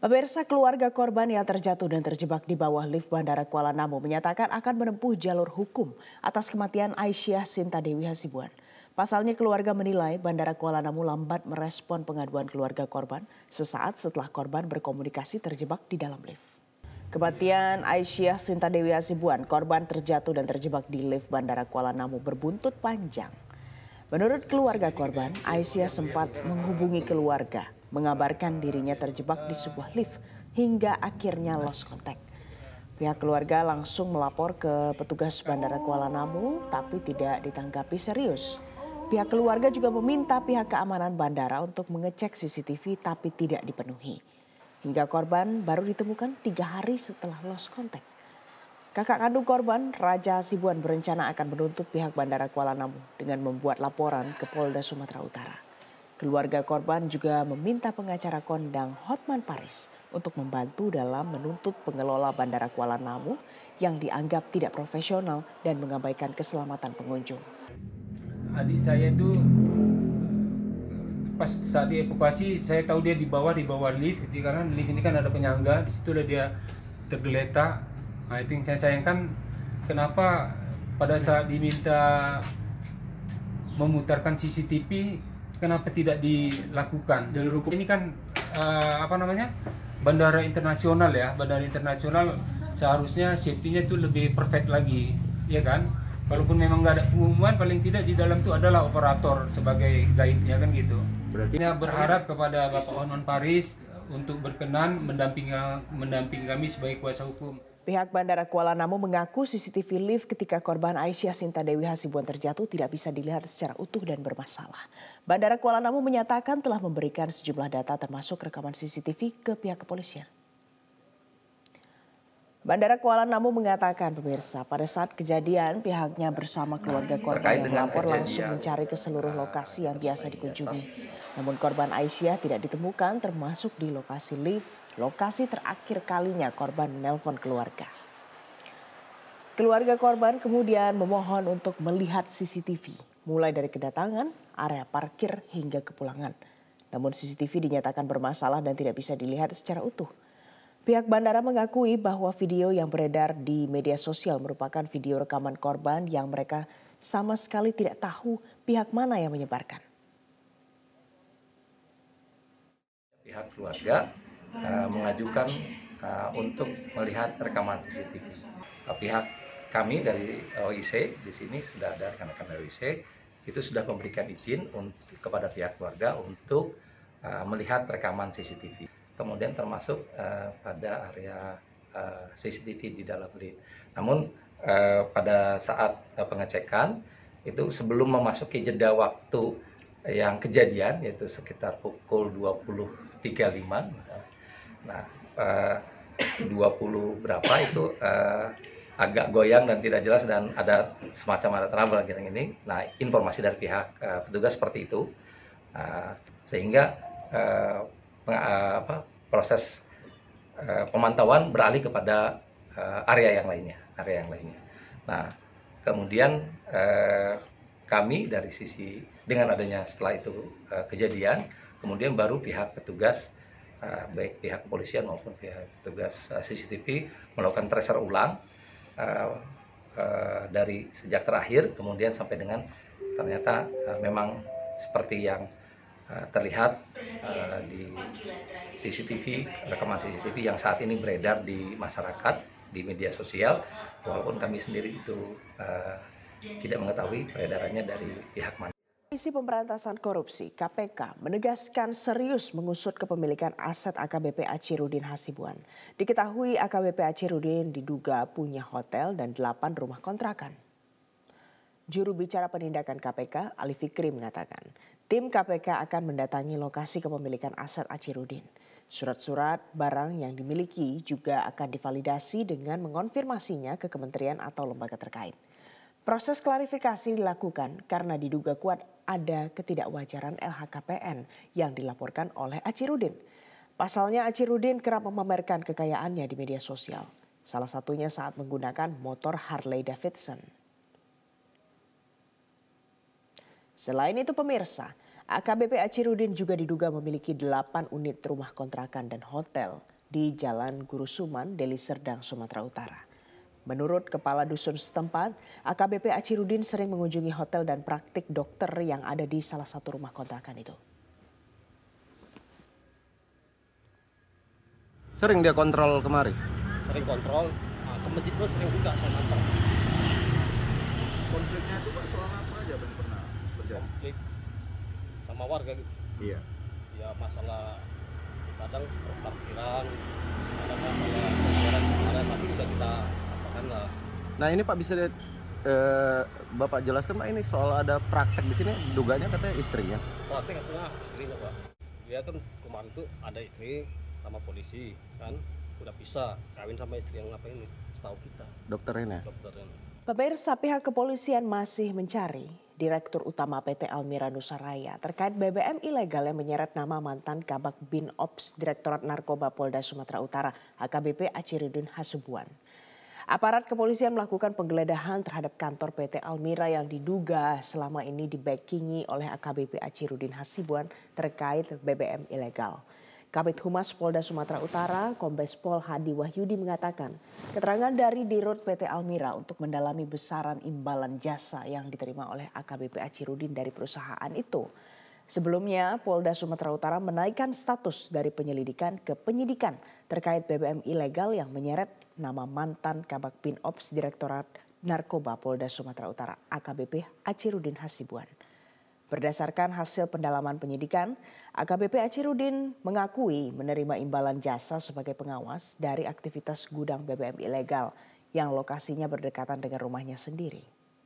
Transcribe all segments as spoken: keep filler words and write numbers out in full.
Pemirsa, keluarga korban yang terjatuh dan terjebak di bawah lift Bandara Kuala Namu menyatakan akan menempuh jalur hukum atas kematian Aisyah Sinta Dewi Hasibuan. Pasalnya keluarga menilai Bandara Kuala Namu lambat merespon pengaduan keluarga korban sesaat setelah korban berkomunikasi terjebak di dalam lift. Kematian Aisyah Sinta Dewi Hasibuan, korban terjatuh dan terjebak di lift Bandara Kuala Namu berbuntut panjang. Menurut keluarga korban, Aisyah sempat menghubungi keluarga, mengabarkan dirinya terjebak di sebuah lift hingga akhirnya lost contact. Pihak keluarga langsung melapor ke petugas Bandara Kuala Namu, tapi tidak ditanggapi serius. Pihak keluarga juga meminta pihak keamanan bandara untuk mengecek C C T V, tapi tidak dipenuhi. Hingga korban baru ditemukan tiga hari setelah lost contact. Kakak kandung korban, Raja Hasibuan, berencana akan menuntut pihak Bandara Kuala Namu dengan membuat laporan ke Polda Sumatera Utara. Keluarga korban juga meminta pengacara kondang Hotman Paris untuk membantu dalam menuntut pengelola Bandara Kuala Namu yang dianggap tidak profesional dan mengabaikan keselamatan pengunjung. Adik saya itu pas saat dievakuasi, saya tahu dia di bawah di bawah lift, karena lift ini kan ada penyangga, di situ dia tergeletak. Nah, itu yang saya sayangkan, kenapa pada saat diminta memutarkan C C T V, kenapa tidak dilakukan? Jalur hukum ini kan uh, apa namanya, bandara internasional ya, bandara internasional seharusnya safety-nya itu lebih perfect lagi, ya kan? Walaupun memang nggak ada pengumuman, paling tidak di dalam itu adalah operator sebagai guide-nya kan gitu. Berarti saya berharap kepada Bapak Hotman Paris untuk berkenan mendampingi mendampingi kami sebagai kuasa hukum. Pihak Bandara Kuala Namu mengaku C C T V lift ketika korban Aisyah Sinta Dewi Hasibuan terjatuh tidak bisa dilihat secara utuh dan bermasalah. Bandara Kuala Namu menyatakan telah memberikan sejumlah data termasuk rekaman C C T V ke pihak kepolisian. Bandara Kuala Namu mengatakan, pemirsa, pada saat kejadian pihaknya bersama keluarga korban yang melapor langsung mencari ke seluruh lokasi yang biasa dikunjungi. Namun korban Aisyah tidak ditemukan termasuk di lokasi lift, lokasi terakhir kalinya korban menelpon keluarga. Keluarga korban kemudian memohon untuk melihat C C T V, mulai dari kedatangan, area parkir hingga kepulangan. Namun C C T V dinyatakan bermasalah dan tidak bisa dilihat secara utuh. Pihak bandara mengakui bahwa video yang beredar di media sosial merupakan video rekaman korban yang mereka sama sekali tidak tahu pihak mana yang menyebarkan. Pihak keluarga uh, mengajukan uh, untuk melihat rekaman C C T V. Uh, pihak kami dari O I C di sini sudah ada rekan-rekan dari O I C itu sudah memberikan izin untuk kepada pihak keluarga untuk uh, melihat rekaman C C T V. Kemudian termasuk uh, pada area uh, C C T V di dalam lift. Namun uh, pada saat uh, pengecekan itu sebelum memasuki jeda waktu yang kejadian yaitu sekitar pukul dua puluh tiga puluh lima, nah uh, dua puluh berapa itu uh, agak goyang dan tidak jelas dan ada semacam ada trouble yang ini. Nah, informasi dari pihak uh, petugas seperti itu, uh, sehingga uh, peng, uh, apa, proses uh, pemantauan beralih kepada uh, area yang lainnya, area yang lainnya. Nah, kemudian uh, kami dari sisi dengan adanya setelah itu uh, kejadian, kemudian baru pihak petugas uh, baik pihak kepolisian maupun pihak petugas uh, C C T V melakukan tracer ulang uh, uh, dari sejak terakhir kemudian sampai dengan ternyata uh, memang seperti yang uh, terlihat uh, di C C T V, rekaman C C T V yang saat ini beredar di masyarakat di media sosial, walaupun kami sendiri itu uh, tidak mengetahui peredarannya dari pihak mana. Komisi Pemberantasan Korupsi K P K menegaskan serius mengusut kepemilikan aset A K B P Achirudin Hasibuan. Diketahui A K B P Achirudin diduga punya hotel dan delapan rumah kontrakan. Juru bicara penindakan K P K, Ali Fikri, mengatakan tim K P K akan mendatangi lokasi kepemilikan aset Achirudin. Surat-surat barang yang dimiliki juga akan divalidasi dengan mengonfirmasinya ke kementerian atau lembaga terkait. Proses klarifikasi dilakukan karena diduga kuat ada ketidakwajaran L H K P N yang dilaporkan oleh Achirudin. Pasalnya Achirudin kerap memamerkan kekayaannya di media sosial. Salah satunya saat menggunakan motor Harley Davidson. Selain itu, pemirsa, A K B P Achirudin juga diduga memiliki delapan unit rumah kontrakan dan hotel di Jalan Guru Suman, Deli Serdang, Sumatera Utara. Menurut Kepala Dusun setempat, A K B P Achirudin sering mengunjungi hotel dan praktik dokter yang ada di salah satu rumah kontrakan itu. Sering dia kontrol kemari? Sering kontrol, nah, ke masjid pun sering juga saya ngantar. Konfliknya itu Pak soal apa aja Bang pernah terjadi? Konflik sama warga gitu. Iya. Ya masalah kadang parkiran, ada masalah pembayaran kemarin tapi sudah kita apakan lah. Nah ini Pak bisa eh, Bapak jelaskan Pak, ini soal ada praktek di sini, duganya katanya istrinya. Praktek katanya istrinya Pak. Dia kan kemarin tuh ada istri sama polisi kan, udah bisa kawin sama istri yang apa ini, setahu kita. Dokter ini. Dokter ini. Pemirsa, pihak kepolisian masih mencari Direktur Utama P T Almira Nusaraya terkait B B M ilegal yang menyeret nama mantan Kabak Bin Ops Direktorat Narkoba Polda Sumatera Utara A K B P Achirudin Hasibuan. Aparat kepolisian melakukan penggeledahan terhadap kantor P T Almira yang diduga selama ini dibackingi oleh A K B P Achirudin Hasibuan terkait B B M ilegal. Kabid Humas Polda Sumatera Utara, Kombes Pol Hadi Wahyudi mengatakan, keterangan dari Dirut P T Almira untuk mendalami besaran imbalan jasa yang diterima oleh A K B P Achirudin dari perusahaan itu. Sebelumnya, Polda Sumatera Utara menaikkan status dari penyelidikan ke penyidikan terkait B B M ilegal yang menyeret nama mantan Kabak Bin Ops Direktorat Narkoba Polda Sumatera Utara A K B P Achirudin Hasibuan. Berdasarkan hasil pendalaman penyidikan, A K B P Achirudin mengakui menerima imbalan jasa sebagai pengawas dari aktivitas gudang B B M ilegal yang lokasinya berdekatan dengan rumahnya sendiri.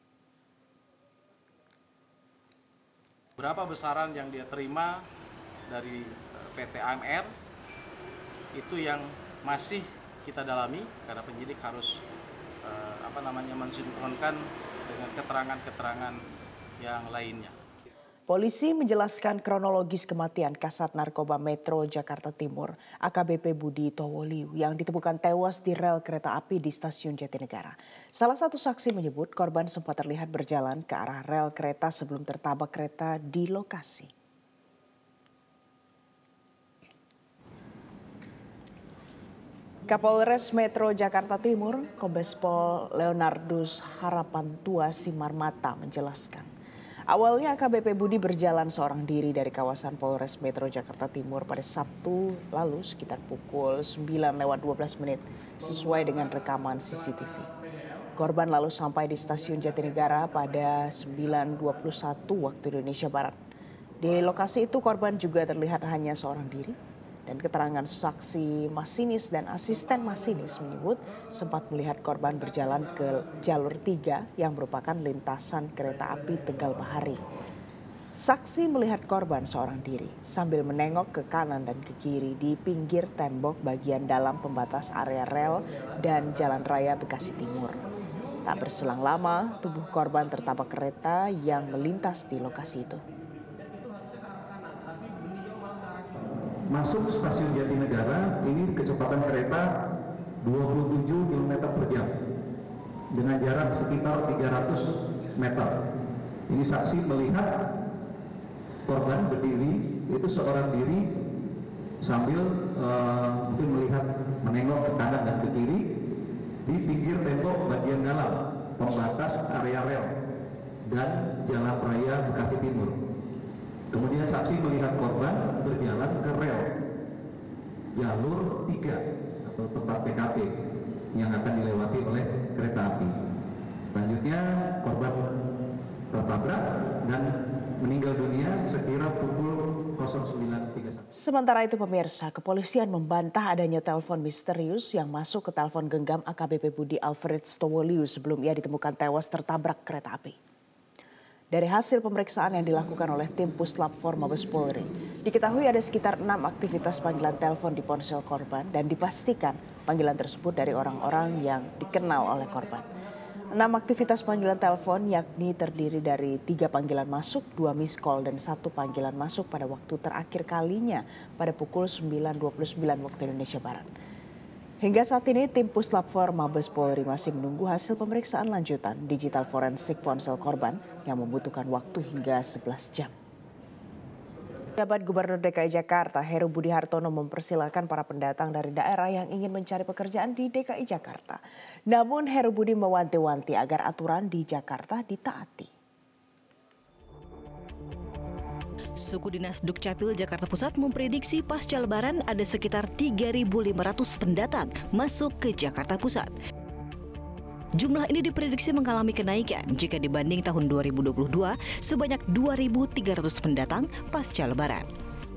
Berapa besaran yang dia terima dari P T A M R itu yang masih kita dalami karena penyidik harus eh, apa namanya mensinkronkan dengan keterangan-keterangan yang lainnya. Polisi menjelaskan kronologis kematian Kasat Narkoba Metro Jakarta Timur A K B P Budi Towoliu yang ditemukan tewas di rel kereta api di stasiun Jatinegara. Salah satu saksi menyebut korban sempat terlihat berjalan ke arah rel kereta sebelum tertabrak kereta di lokasi. Kapolres Metro Jakarta Timur, Kombes Pol Leonardus Harapantua Simarmata menjelaskan. Awalnya A K B P Budi berjalan seorang diri dari kawasan Polres Metro Jakarta Timur pada Sabtu lalu sekitar pukul sembilan lewat dua belas menit sesuai dengan rekaman C C T V. Korban lalu sampai di stasiun Jatinegara pada sembilan dua puluh satu waktu Indonesia Barat. Di lokasi itu korban juga terlihat hanya seorang diri. Dan keterangan saksi masinis dan asisten masinis menyebut sempat melihat korban berjalan ke jalur tiga yang merupakan lintasan kereta api Tegal Bahari. Saksi melihat korban seorang diri sambil menengok ke kanan dan ke kiri di pinggir tembok bagian dalam pembatas area rel dan Jalan Raya Bekasi Timur. Tak berselang lama, tubuh korban tertabrak kereta yang melintas di lokasi itu. Masuk stasiun Jatinegara, ini kecepatan kereta dua puluh tujuh kilometer per jam dengan jarak sekitar tiga ratus meter. Ini saksi melihat korban berdiri, itu seorang diri sambil uh, mungkin melihat menengok ke kanan dan ke kiri di pinggir tembok bagian dalam pembatas area rel dan Jalan Raya Bekasi Timur. Kemudian saksi melihat korban berjalan ke rel jalur tiga atau tempat T K P yang akan dilewati oleh kereta api. Selanjutnya korban tertabrak dan meninggal dunia sekira pukul sembilan tiga puluh satu. Sementara itu pemirsa, kepolisian membantah adanya telepon misterius yang masuk ke telepon genggam A K B P Budi Alfred Towoliu sebelum ia ditemukan tewas tertabrak kereta api. Dari hasil pemeriksaan yang dilakukan oleh tim Puslap empat Mabes Polri, diketahui ada sekitar enam aktivitas panggilan telepon di ponsel korban dan dipastikan panggilan tersebut dari orang-orang yang dikenal oleh korban. Enam aktivitas panggilan telepon yakni terdiri dari tiga panggilan masuk, dua miss call, dan satu panggilan masuk pada waktu terakhir kalinya pada pukul sembilan dua puluh sembilan waktu Indonesia Barat. Hingga saat ini tim Puslap empat Mabes Polri masih menunggu hasil pemeriksaan lanjutan digital forensik ponsel korban yang membutuhkan waktu hingga sebelas jam. Jabat Gubernur D K I Jakarta Heru Budi Hartono mempersilahkan para pendatang dari daerah yang ingin mencari pekerjaan di D K I Jakarta. Namun Heru Budi mewanti-wanti agar aturan di Jakarta ditaati. Suku Dinas Dukcapil Jakarta Pusat memprediksi pasca Lebaran ada sekitar tiga ribu lima ratus pendatang masuk ke Jakarta Pusat. Jumlah ini diprediksi mengalami kenaikan jika dibanding tahun dua ribu dua puluh dua sebanyak dua ribu tiga ratus pendatang pasca Lebaran.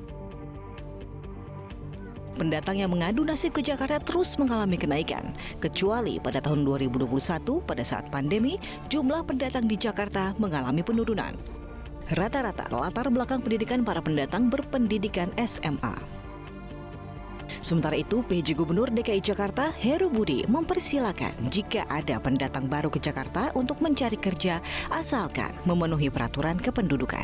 Pendatang yang mengadu nasib ke Jakarta terus mengalami kenaikan, kecuali pada tahun dua ribu dua puluh satu pada saat pandemi jumlah pendatang di Jakarta mengalami penurunan. Rata-rata latar belakang pendidikan para pendatang berpendidikan S M A. Sementara itu, P J Gubernur D K I Jakarta Heru Budi mempersilakan jika ada pendatang baru ke Jakarta untuk mencari kerja asalkan memenuhi peraturan kependudukan.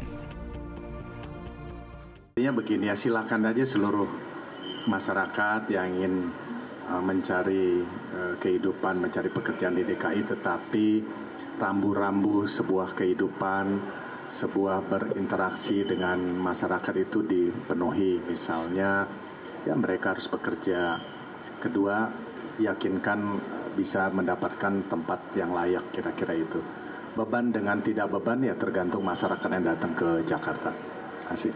Intinya begini ya, silakan aja seluruh masyarakat yang ingin uh, mencari uh, kehidupan, mencari pekerjaan di D K I, tetapi rambu-rambu sebuah kehidupan, sebuah berinteraksi dengan masyarakat itu dipenuhi. Misalnya, ya mereka harus bekerja. Kedua, yakinkan bisa mendapatkan tempat yang layak, kira-kira itu. Beban dengan tidak beban ya tergantung masyarakat yang datang ke Jakarta. Terima kasih.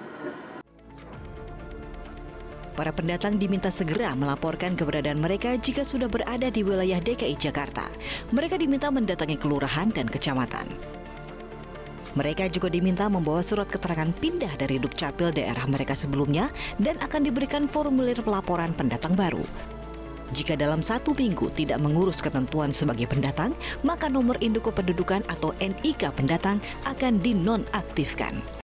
Para pendatang diminta segera melaporkan keberadaan mereka jika sudah berada di wilayah D K I Jakarta. Mereka diminta mendatangi kelurahan dan kecamatan. Mereka juga diminta membawa surat keterangan pindah dari Dukcapil daerah mereka sebelumnya dan akan diberikan formulir pelaporan pendatang baru. Jika dalam satu minggu tidak mengurus ketentuan sebagai pendatang, maka nomor induk kependudukan atau N I K pendatang akan dinonaktifkan.